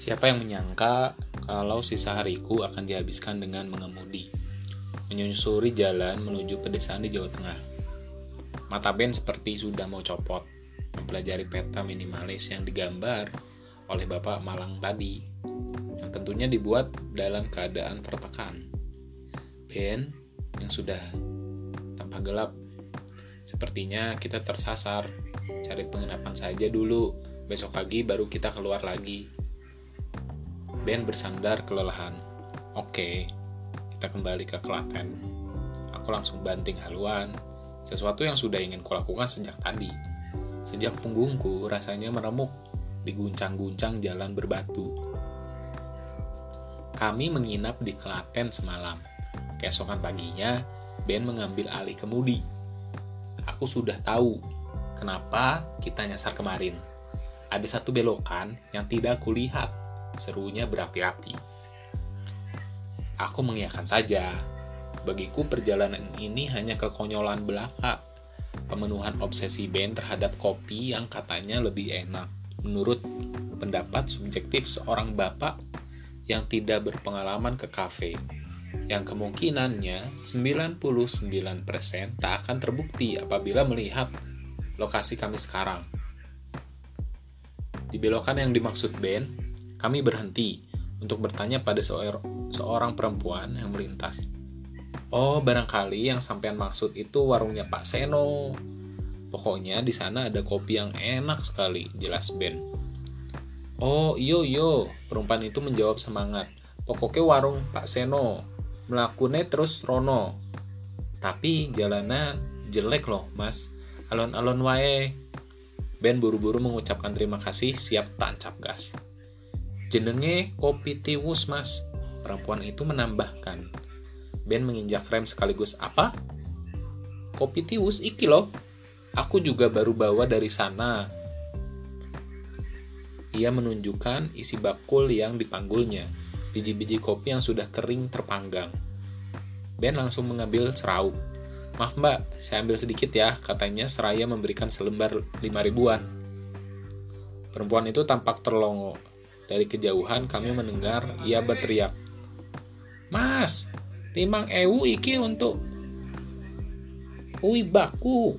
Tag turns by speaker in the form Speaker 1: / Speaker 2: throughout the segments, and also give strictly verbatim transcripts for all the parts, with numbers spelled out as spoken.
Speaker 1: Siapa yang menyangka kalau sisa hariku akan dihabiskan dengan mengemudi, menyusuri jalan menuju pedesaan di Jawa Tengah. Mata Ben seperti sudah mau copot, mempelajari peta minimalis yang digambar oleh Bapak Malang tadi, yang tentunya dibuat dalam keadaan tertekan. Ben yang sudah tampak gelap, sepertinya kita tersasar. Cari penginapan saja dulu, besok pagi baru kita keluar lagi. Ben bersandar kelelahan. Oke, kita kembali ke Klaten. Aku langsung banting haluan, sesuatu yang sudah ingin kulakukan sejak tadi. Sejak punggungku rasanya meremuk, diguncang-guncang jalan berbatu. Kami menginap di Klaten semalam. Keesokan paginya, Ben mengambil alih kemudi. Aku sudah tahu kenapa kita nyasar kemarin. Ada satu belokan yang tidak kulihat. Serunya berapi-api. Aku mengiyakan saja. Bagiku perjalanan ini hanya kekonyolan belaka. Pemenuhan obsesi Ben terhadap kopi yang katanya lebih enak. Menurut pendapat subjektif seorang bapak yang tidak berpengalaman ke kafe. Yang kemungkinannya sembilan puluh sembilan persen tak akan terbukti apabila melihat lokasi kami sekarang. Di belokan yang dimaksud Ben, kami berhenti untuk bertanya pada seorang perempuan yang melintas. Oh, barangkali yang sampean maksud itu warungnya Pak Seno. Pokoknya di sana ada kopi yang enak sekali, jelas Ben. Oh, iyo iyo, perempuan itu menjawab semangat. Pokoknya warung Pak Seno, melakune terus rono. Tapi jalanan jelek loh, Mas. Alon-alon wae. Ben buru-buru mengucapkan terima kasih, siap tancap gas. Jenenge kopi tiwus, Mas. Perempuan itu menambahkan. Ben menginjak rem sekaligus. Apa? Kopi tiwus iki loh. Aku juga baru bawa dari sana. Ia menunjukkan isi bakul yang dipanggulnya. Biji-biji kopi yang sudah kering terpanggang. Ben langsung mengambil serau. Maaf mbak, saya ambil sedikit ya, katanya seraya memberikan selembar lima ribuan. Perempuan itu tampak terlongo. Dari kejauhan kami mendengar ia berteriak, Mas, limang ewu iki untuk Ui baku.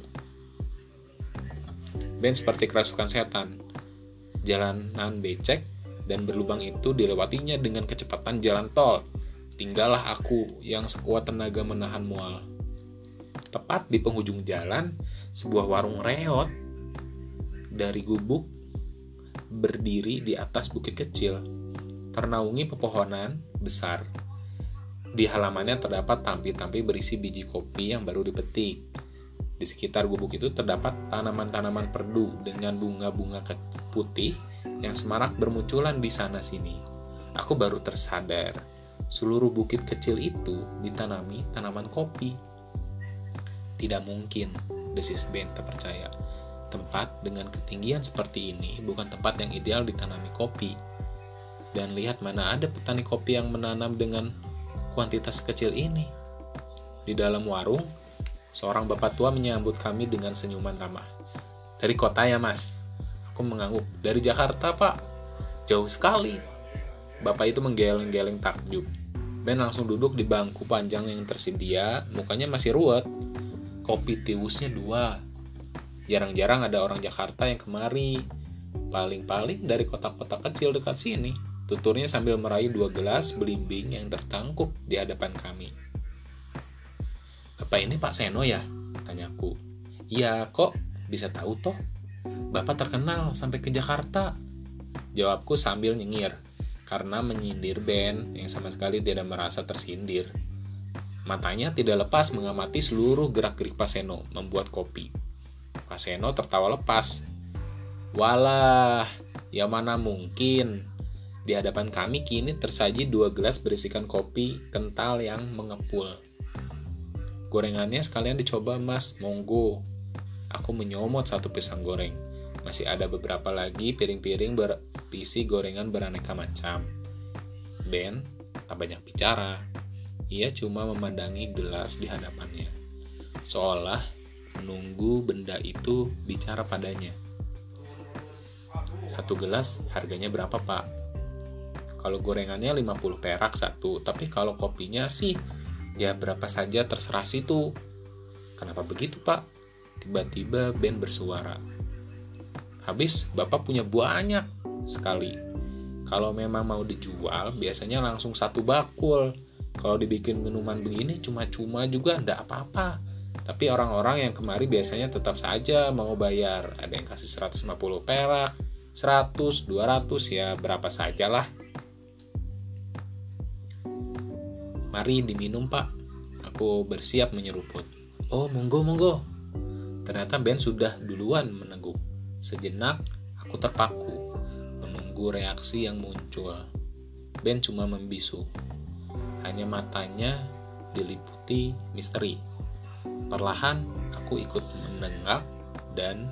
Speaker 1: Ben seperti kerasukan setan. Jalanan becek dan berlubang itu dilewatinya dengan kecepatan jalan tol. Tinggallah aku yang sekuat tenaga menahan mual. Tepat di penghujung jalan, sebuah warung reot dari gubuk berdiri di atas bukit kecil, ternaungi pepohonan besar. Di halamannya terdapat tampi-tampi berisi biji kopi yang baru dipetik. Di sekitar gubuk itu terdapat tanaman-tanaman perdu dengan bunga-bunga putih yang semarak bermunculan di sana-sini. Aku baru tersadar, seluruh bukit kecil itu ditanami tanaman kopi. Tidak mungkin, desis Ben tak percaya. Tempat dengan ketinggian seperti ini bukan tempat yang ideal ditanami kopi. Dan lihat mana ada petani kopi yang menanam dengan kuantitas kecil ini. Di dalam warung, seorang bapak tua menyambut kami dengan senyuman ramah. Dari kota ya mas? Aku mengangguk. Dari Jakarta pak. Jauh sekali. Bapak itu menggeleng-geleng takjub. Ben langsung duduk di bangku panjang yang tersedia. Mukanya masih ruwet. Kopi tiwusnya dua. Jarang-jarang ada orang Jakarta yang kemari. Paling-paling dari kota-kota kecil dekat sini. Tuturnya sambil meraih dua gelas belimbing yang tertangkup di hadapan kami. Bapak ini Pak Seno ya? Tanyaku. Iya kok, bisa tahu toh? Bapak terkenal sampai ke Jakarta. Jawabku sambil nyengir. Karena menyindir Ben yang sama sekali tidak merasa tersindir. Matanya tidak lepas mengamati seluruh gerak-gerik Pak Seno membuat kopi. Pak Seno tertawa lepas. Walah, ya mana mungkin. Di hadapan kami kini tersaji dua gelas berisikan kopi kental yang mengepul. Gorengannya sekalian dicoba mas, monggo. Aku menyomot satu pisang goreng. Masih ada beberapa lagi piring-piring berisi gorengan beraneka macam. Ben tak banyak bicara. Ia cuma memandangi gelas di hadapannya. Seolah menunggu benda itu bicara padanya. Satu gelas harganya berapa pak? Kalau gorengannya lima puluh perak satu, tapi kalau kopinya sih ya berapa saja terserah situ. Kenapa begitu, Pak? Tiba-tiba Ben bersuara. Habis Bapak punya banyak sekali. Kalau memang mau dijual, biasanya langsung satu bakul. Kalau dibikin minuman begini cuma-cuma juga ndak apa-apa. Tapi orang-orang yang kemari biasanya tetap saja mau bayar. Ada yang kasih seratus lima puluh perak, seratus, dua ratus, ya berapa sajalah. Mari diminum, Pak. Aku bersiap menyeruput. Oh, monggo, monggo. Ternyata Ben sudah duluan meneguk. Sejenak aku terpaku, menunggu reaksi yang muncul. Ben cuma membisu. Hanya matanya diliputi misteri. Perlahan aku ikut menenggak dan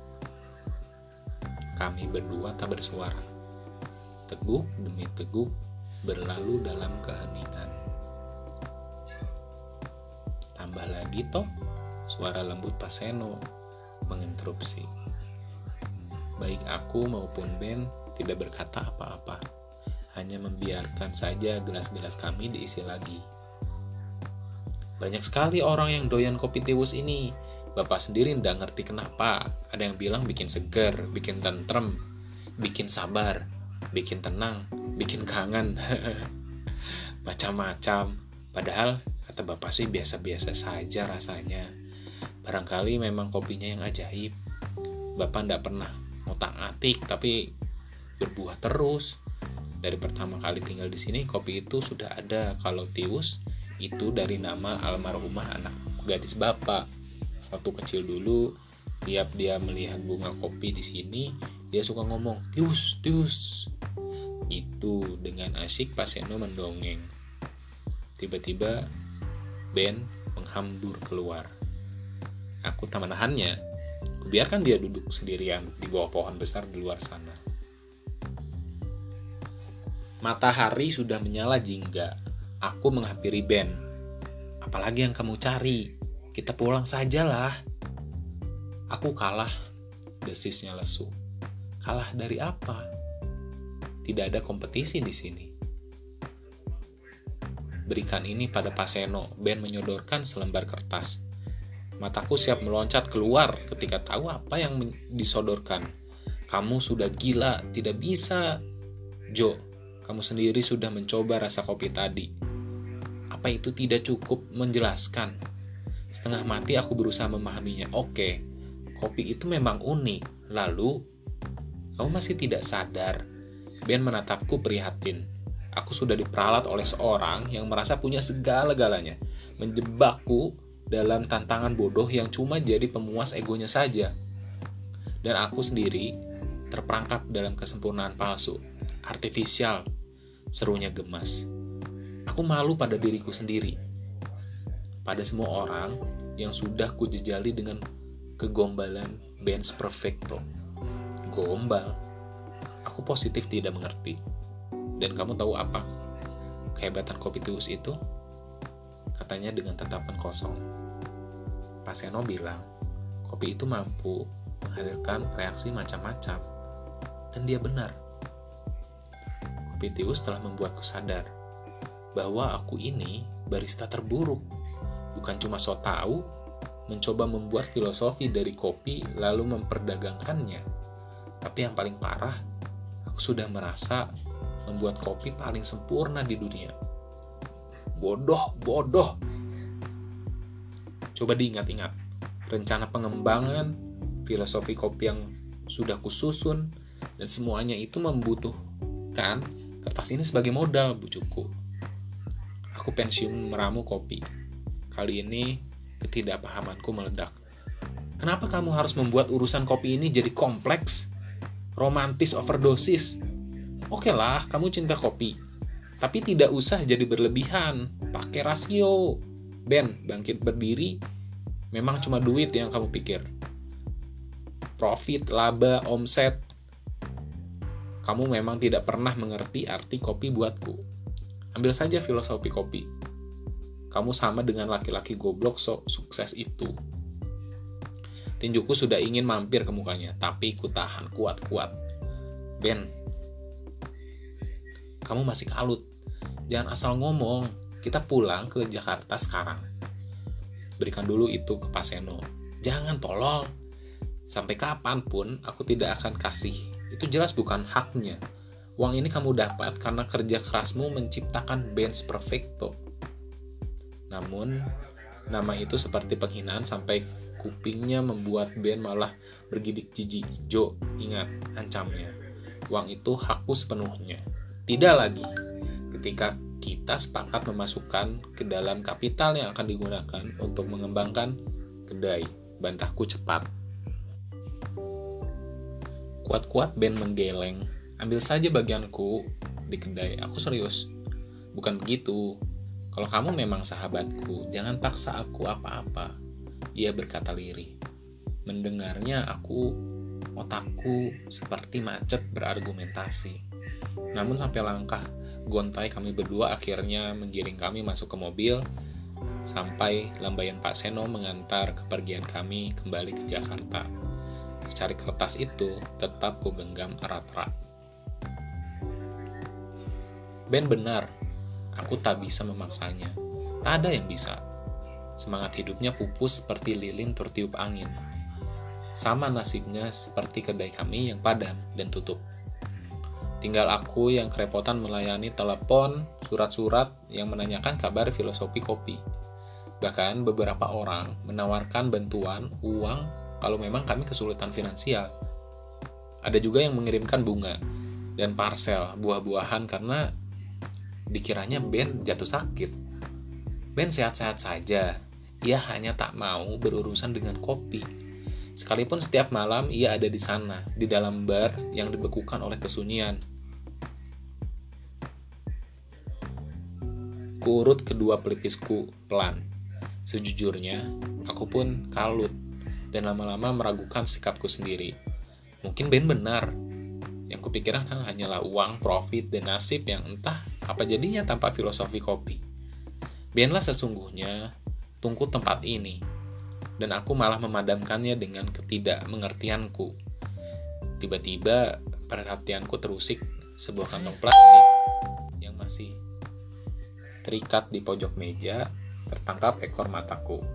Speaker 1: kami berdua tak bersuara. Teguk demi teguk berlalu dalam keheningan. Tambah lagi toh, suara lembut Pak Seno menginterupsi. Baik aku maupun Ben tidak berkata apa-apa. Hanya membiarkan saja gelas-gelas kami diisi lagi. Banyak sekali orang yang doyan kopi tiwus ini. Bapak sendiri ndak ngerti kenapa. Ada yang bilang bikin seger, bikin tentrem, bikin sabar, bikin tenang, bikin kangen. Macam-macam. Padahal kata Bapak sih biasa-biasa saja rasanya. Barangkali memang kopinya yang ajaib. Bapak ndak pernah ngotak-atik tapi berbuah terus. Dari pertama kali tinggal di sini, kopi itu sudah ada. Kalau tiwus itu dari nama almarhumah anak gadis Bapak. Waktu kecil dulu, tiap dia melihat bunga kopi di sini, dia suka ngomong, tiwus, tiwus. Itu dengan asyik Pak Seno mendongeng. Tiba-tiba Ben menghambur keluar. Aku tak menahannya. Kubiarkan dia duduk sendirian di bawah pohon besar di luar sana. Matahari sudah menyala jingga. Aku menghampiri Ben. Apalagi yang kamu cari? Kita pulang sajalah. Aku kalah, desisnya lesu. Kalah dari apa? Tidak ada kompetisi di sini. Berikan ini pada Pak Seno. Ben menyodorkan selembar kertas. Mataku siap meloncat keluar ketika tahu apa yang disodorkan. Kamu sudah gila, tidak bisa. Jo, kamu sendiri sudah mencoba rasa kopi tadi. Apa itu tidak cukup menjelaskan? Setengah mati aku berusaha memahaminya. Oke, kopi itu memang unik. Lalu, kamu masih tidak sadar. Ben menatapku prihatin. Aku sudah diperalat oleh seorang yang merasa punya segala-galanya. Menjebakku dalam tantangan bodoh yang cuma jadi pemuas egonya saja. Dan aku sendiri terperangkap dalam kesempurnaan palsu. Artifisial, serunya gemas. Aku malu pada diriku sendiri. Pada semua orang yang sudah kujejali dengan kegombalan Ben's Perfecto. Gombal. Aku positif tidak mengerti. Dan kamu tahu apa kehebatan kopi tiwus itu? Katanya dengan tatapan kosong. Pak Seno bilang, kopi itu mampu menghasilkan reaksi macam-macam. Dan dia benar. Kopi tiwus telah membuatku sadar bahwa aku ini barista terburuk. Bukan cuma so tahu, mencoba membuat filosofi dari kopi lalu memperdagangkannya. Tapi yang paling parah, aku sudah merasa membuat kopi paling sempurna di dunia. Bodoh, bodoh. Coba diingat-ingat, rencana pengembangan, filosofi kopi yang sudah kususun, dan semuanya itu membutuhkan kertas ini sebagai modal, bujuku. Aku pensiun meramu kopi. Kali ini ketidakpahamanku meledak. Kenapa kamu harus membuat urusan kopi ini jadi kompleks, romantis overdosis? Oke lah, kamu cinta kopi. Tapi tidak usah jadi berlebihan. Pakai rasio. Ben, bangkit berdiri. Memang cuma duit yang kamu pikir. Profit, laba, omset. Kamu memang tidak pernah mengerti arti kopi buatku. Ambil saja filosofi kopi. Kamu sama dengan laki-laki goblok sok sukses itu. Tinjuku sudah ingin mampir ke mukanya, tapi ku tahan kuat-kuat. Ben, kamu masih kalut. Jangan asal ngomong, kita pulang ke Jakarta sekarang. Berikan dulu itu ke Pak Seno. Jangan tolol. Sampai kapanpun aku tidak akan kasih. Itu jelas bukan haknya. Uang ini kamu dapat karena kerja kerasmu menciptakan Benz Perfecto. Namun, nama itu seperti penghinaan sampai kupingnya membuat Ben malah bergidik jijik. Jo, ingat, ancamnya. Uang itu hakku sepenuhnya. Tidak lagi. Ketika kita sepakat memasukkan ke dalam kapital yang akan digunakan untuk mengembangkan kedai, bantahku cepat. Kuat-kuat Ben menggeleng. Ambil saja bagianku di kedai. Aku serius. Bukan begitu. Kalau kamu memang sahabatku, jangan paksa aku apa-apa. Ia berkata lirih. Mendengarnya aku, otakku seperti macet berargumentasi. Namun sampai langkah gontai kami berdua akhirnya menggiring kami masuk ke mobil sampai lambaian Pak Seno mengantar kepergian kami kembali ke Jakarta. Secari kertas itu tetap ku genggam erat-erat. Ben benar, aku tak bisa memaksanya. Tak ada yang bisa. Semangat hidupnya pupus seperti lilin tertiup angin. Sama nasibnya seperti kedai kami yang padam dan tutup. Tinggal aku yang kerepotan melayani telepon, surat-surat yang menanyakan kabar filosofi kopi. Bahkan beberapa orang menawarkan bantuan uang kalau memang kami kesulitan finansial. Ada juga yang mengirimkan bunga dan parsel buah-buahan karena dikiranya Ben jatuh sakit. Ben sehat-sehat saja. Ia hanya tak mau berurusan dengan kopi. Sekalipun setiap malam ia ada di sana, di dalam bar yang dibekukan oleh kesunyian. Kuurut kedua pelipisku pelan. Sejujurnya, aku pun kalut dan lama-lama meragukan sikapku sendiri. Mungkin Ben benar. Yang kupikirkan hanyalah uang, profit, dan nasib yang entah apa jadinya tanpa filosofi kopi. Benlah sesungguhnya tungku tempat ini, dan aku malah memadamkannya dengan ketidakmengertianku. Tiba-tiba perhatianku terusik sebuah kantong plastik yang masih terikat di pojok meja, tertangkap ekor mataku.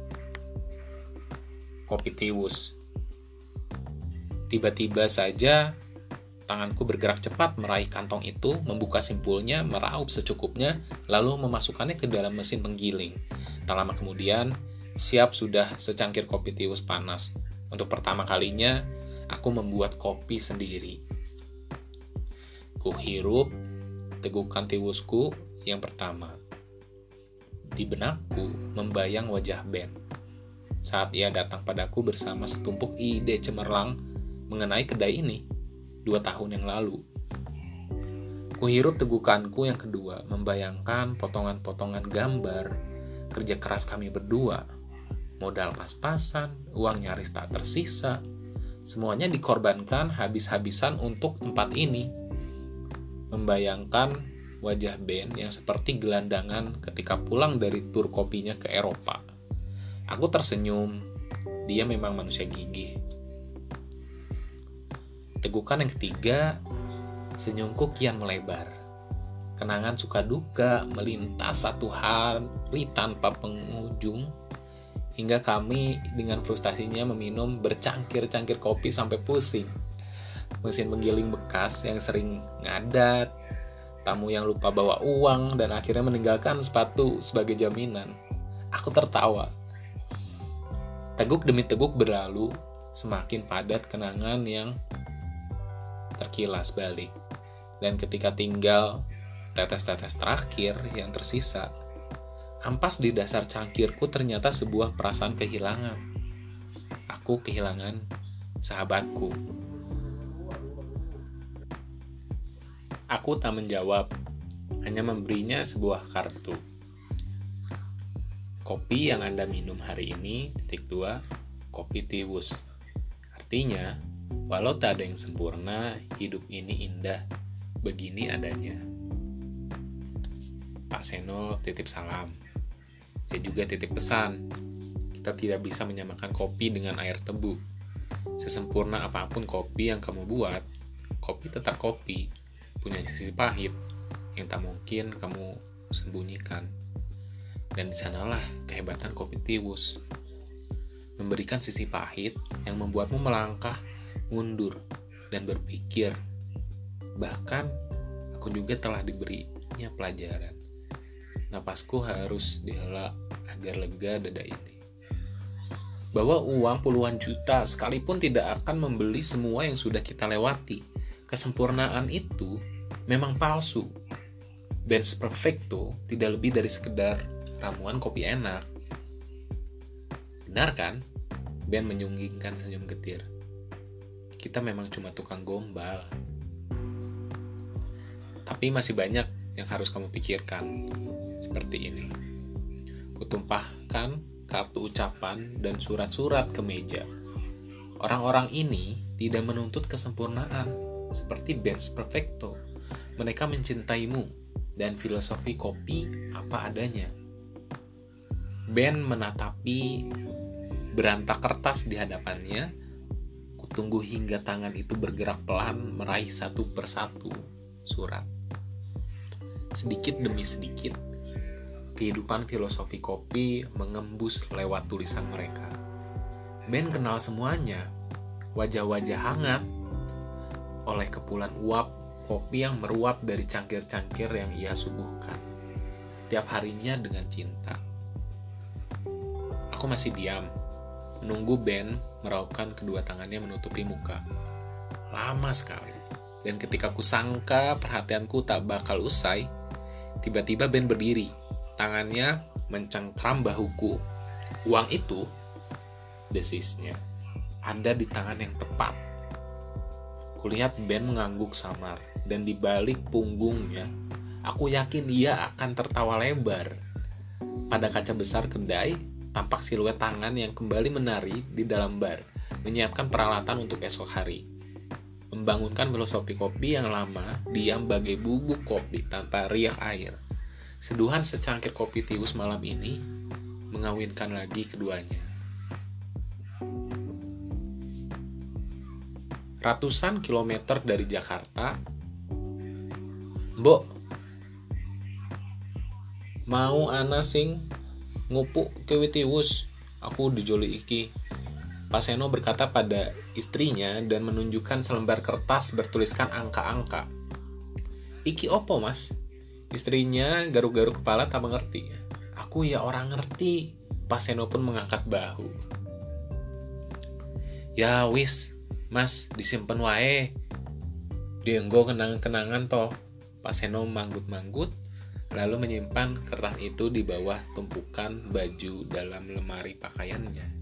Speaker 1: Kopi Tiwus. Tiba-tiba saja tanganku bergerak cepat meraih kantong itu, membuka simpulnya, meraup secukupnya, lalu memasukkannya ke dalam mesin penggiling. Tak lama kemudian, siap sudah secangkir kopi Tiwus panas. Untuk pertama kalinya, aku membuat kopi sendiri. Kuhirup tegukan Tiwusku yang pertama. Di benakku membayang wajah Ben saat ia datang padaku bersama setumpuk ide cemerlang mengenai kedai ini dua tahun yang lalu. Kuhirup tegukanku yang kedua, membayangkan potongan-potongan gambar kerja keras kami berdua. Modal pas-pasan, uang nyaris tak tersisa. Semuanya dikorbankan habis-habisan untuk tempat ini. Membayangkan wajah Ben yang seperti gelandangan ketika pulang dari tur kopinya ke Eropa. Aku tersenyum. Dia memang manusia gigih. Tegukan yang ketiga, senyumku kian melebar. Kenangan suka duka melintas satu hari tanpa penghujung, hingga kami dengan frustasinya meminum bercangkir-cangkir kopi sampai pusing. Mesin penggiling bekas yang sering ngadat, tamu yang lupa bawa uang, dan akhirnya meninggalkan sepatu sebagai jaminan. Aku tertawa. Teguk demi teguk berlalu, semakin padat kenangan yang terkilas balik. Dan ketika tinggal tetes-tetes terakhir yang tersisa, ampas di dasar cangkirku ternyata sebuah perasaan kehilangan. Aku kehilangan sahabatku. Aku tak menjawab, hanya memberinya sebuah kartu. Kopi yang Anda minum hari ini, titik dua, kopi Tiwus. Artinya, walau tak ada yang sempurna, hidup ini indah, begini adanya. Pak Seno titip salam. Dia juga titip pesan. Kita tidak bisa menyamakan kopi dengan air tebu. Sesempurna apapun kopi yang kamu buat, kopi tetap kopi, punya sisi pahit. yang tak mungkin kamu sembunyikan. Dan disanalah kehebatan kopi tiwus, memberikan sisi pahit yang membuatmu melangkah mundur dan berpikir. Bahkan aku juga telah diberinya pelajaran. Napasku harus dihela agar lega dada ini. Bahwa uang puluhan juta sekalipun tidak akan membeli semua yang sudah kita lewati. Kesempurnaan itu memang palsu. Benz Perfecto tidak lebih dari sekedar ramuan kopi enak. Benar kan? Ben menyunggingkan senyum getir. Kita memang cuma tukang gombal. Tapi masih banyak yang harus kamu pikirkan. Seperti ini. Kutumpahkan kartu ucapan dan surat-surat ke meja. Orang-orang ini tidak menuntut kesempurnaan seperti Benz Perfecto. Mereka mencintaimu dan filosofi kopi apa adanya. Ben menatapi berantak kertas di hadapannya. Kutunggu hingga tangan itu bergerak pelan meraih satu persatu surat. Sedikit demi sedikit, kehidupan filosofi kopi mengembus lewat tulisan mereka. Ben kenal semuanya, wajah-wajah hangat oleh kepulan uap kopi yang meruap dari cangkir-cangkir yang ia suguhkan. Tiap harinya dengan cinta. Aku masih diam, menunggu Ben meraupkan kedua tangannya menutupi muka. Lama sekali. Dan ketika kusangka perhatianku tak bakal usai, tiba-tiba Ben berdiri. Tangannya mencengkram bahuku. Uang itu, desisnya, ada di tangan yang tepat. Kulihat Ben mengangguk samar, dan di balik punggungnya, aku yakin dia akan tertawa lebar. Pada kaca besar kedai, tampak siluet tangan yang kembali menari di dalam bar, menyiapkan peralatan untuk esok hari. Membangunkan filosofi kopi yang lama, diam bagai bubuk kopi tanpa riak air. Seduhan secangkir kopi tiwus malam ini mengawinkan lagi keduanya. Ratusan kilometer dari Jakarta, Mbok, mau ana sing ngupuk kewe tiwus, aku dijoli iki. Pak Seno berkata pada istrinya dan menunjukkan selembar kertas bertuliskan angka-angka. Iki opo mas? Istrinya garuk-garuk kepala tak mengerti. Aku ya orang ngerti. Pak Seno pun mengangkat bahu. Ya wis, mas disimpen wae. Dienggo kenangan-kenangan toh. Pak Seno manggut-manggut, lalu menyimpan kertas itu di bawah tumpukan baju dalam lemari pakaiannya.